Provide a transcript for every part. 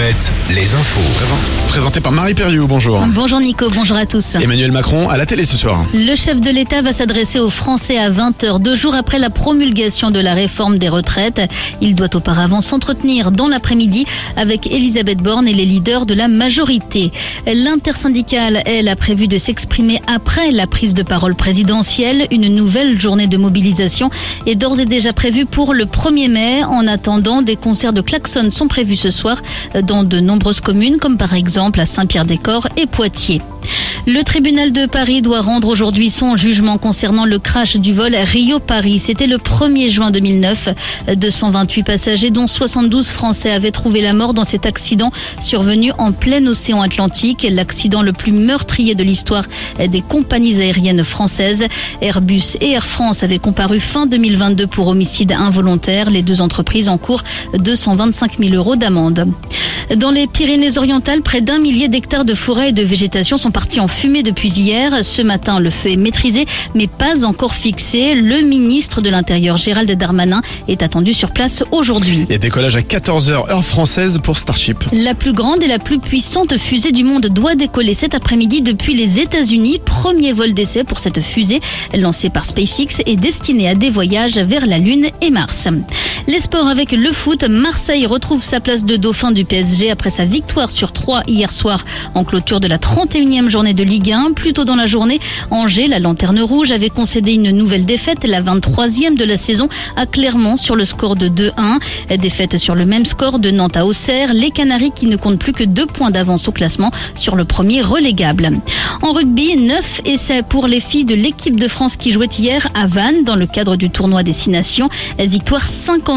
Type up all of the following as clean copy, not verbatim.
Alouette, les infos. Présenté par Marie Perriou, bonjour. Bonjour Nico, bonjour à tous. Emmanuel Macron à la télé ce soir. Le chef de l'État va s'adresser aux Français à 20h, 2 jours après la promulgation de la réforme des retraites. Il doit auparavant s'entretenir dans l'après-midi avec Elisabeth Borne et les leaders de la majorité. L'intersyndicale, elle, a prévu de s'exprimer après la prise de parole présidentielle. Une nouvelle journée de mobilisation est d'ores et déjà prévue pour le 1er mai. En attendant, des concerts de klaxons sont prévus ce soir dans de nombreuses communes, comme par exemple à Saint-Pierre-des-Corps et Poitiers. Le tribunal de Paris doit rendre aujourd'hui son jugement concernant le crash du vol Rio-Paris. C'était le 1er juin 2009. 228 passagers, dont 72 Français, avaient trouvé la mort dans cet accident survenu en plein océan Atlantique. L'accident le plus meurtrier de l'histoire des compagnies aériennes françaises. Airbus et Air France avaient comparu fin 2022 pour homicide involontaire. Les deux entreprises encourent 225 000 € d'amende. Dans les Pyrénées-Orientales, près d'1 millier d'hectares de forêt et de végétation sont partis en fumée depuis hier. Ce matin, le feu est maîtrisé, mais pas encore fixé. Le ministre de l'Intérieur, Gérald Darmanin, est attendu sur place aujourd'hui. Et décollage à 14h heure française pour Starship. La plus grande et la plus puissante fusée du monde doit décoller cet après-midi depuis les États-Unis. Premier vol d'essai pour cette fusée lancée par SpaceX et destinée à des voyages vers la Lune et Mars. Les sports avec le foot. Marseille retrouve sa place de dauphin du PSG après sa victoire sur 3 hier soir en clôture de la 31e journée de Ligue 1. Plus tôt dans la journée, Angers, la lanterne rouge, avait concédé une nouvelle défaite, la 23e de la saison, à Clermont sur le score de 2-1. Défaite sur le même score de Nantes à Auxerre. Les Canaries qui ne comptent plus que 2 points d'avance au classement sur le premier relégable. En rugby, 9 essais pour les filles de l'équipe de France qui jouait hier à Vannes dans le cadre du tournoi des 6 nations. Victoire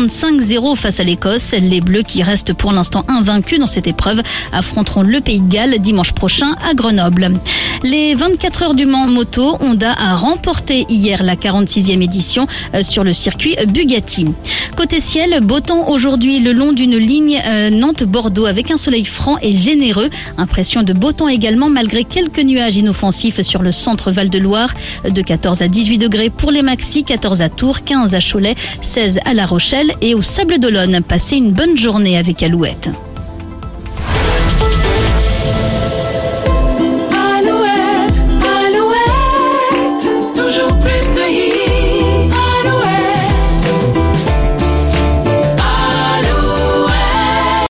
55-0 face à l'Écosse. Les Bleus, qui restent pour l'instant invaincus dans cette épreuve, affronteront le Pays de Galles dimanche prochain à Grenoble. Les 24 heures du Mans moto, Honda a remporté hier la 46e édition sur le circuit Bugatti. Côté ciel, beau temps aujourd'hui le long d'une ligne Nantes-Bordeaux avec un soleil franc et généreux. Impression de beau temps également malgré quelques nuages inoffensifs sur le centre Val-de-Loire. De 14 à 18 degrés pour les maxis, 14 à Tours, 15 à Cholet, 16 à La Rochelle et au Sables-d'Olonne. Passez une bonne journée avec Alouette.